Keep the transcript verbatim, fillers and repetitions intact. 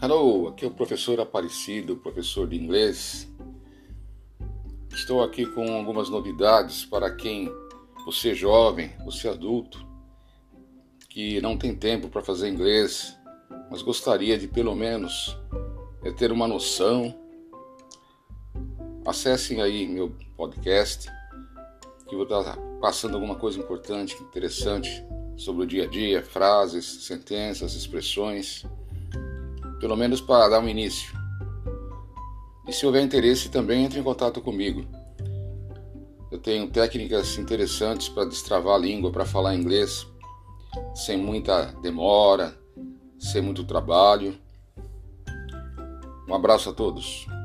Hello, aqui é o professor Aparecido, professor de inglês. Estou aqui com algumas novidades para quem, você jovem, você adulto, que não tem tempo para fazer inglês, mas gostaria de pelo menos é, ter uma noção. Acessem aí meu podcast, que vou estar passando alguma coisa importante, interessante sobre o dia a dia, frases, sentenças, expressões, pelo menos para dar um início. E se houver interesse também, entre em contato comigo. Eu tenho técnicas interessantes para destravar a língua, para falar inglês, sem muita demora, sem muito trabalho. Um abraço a todos.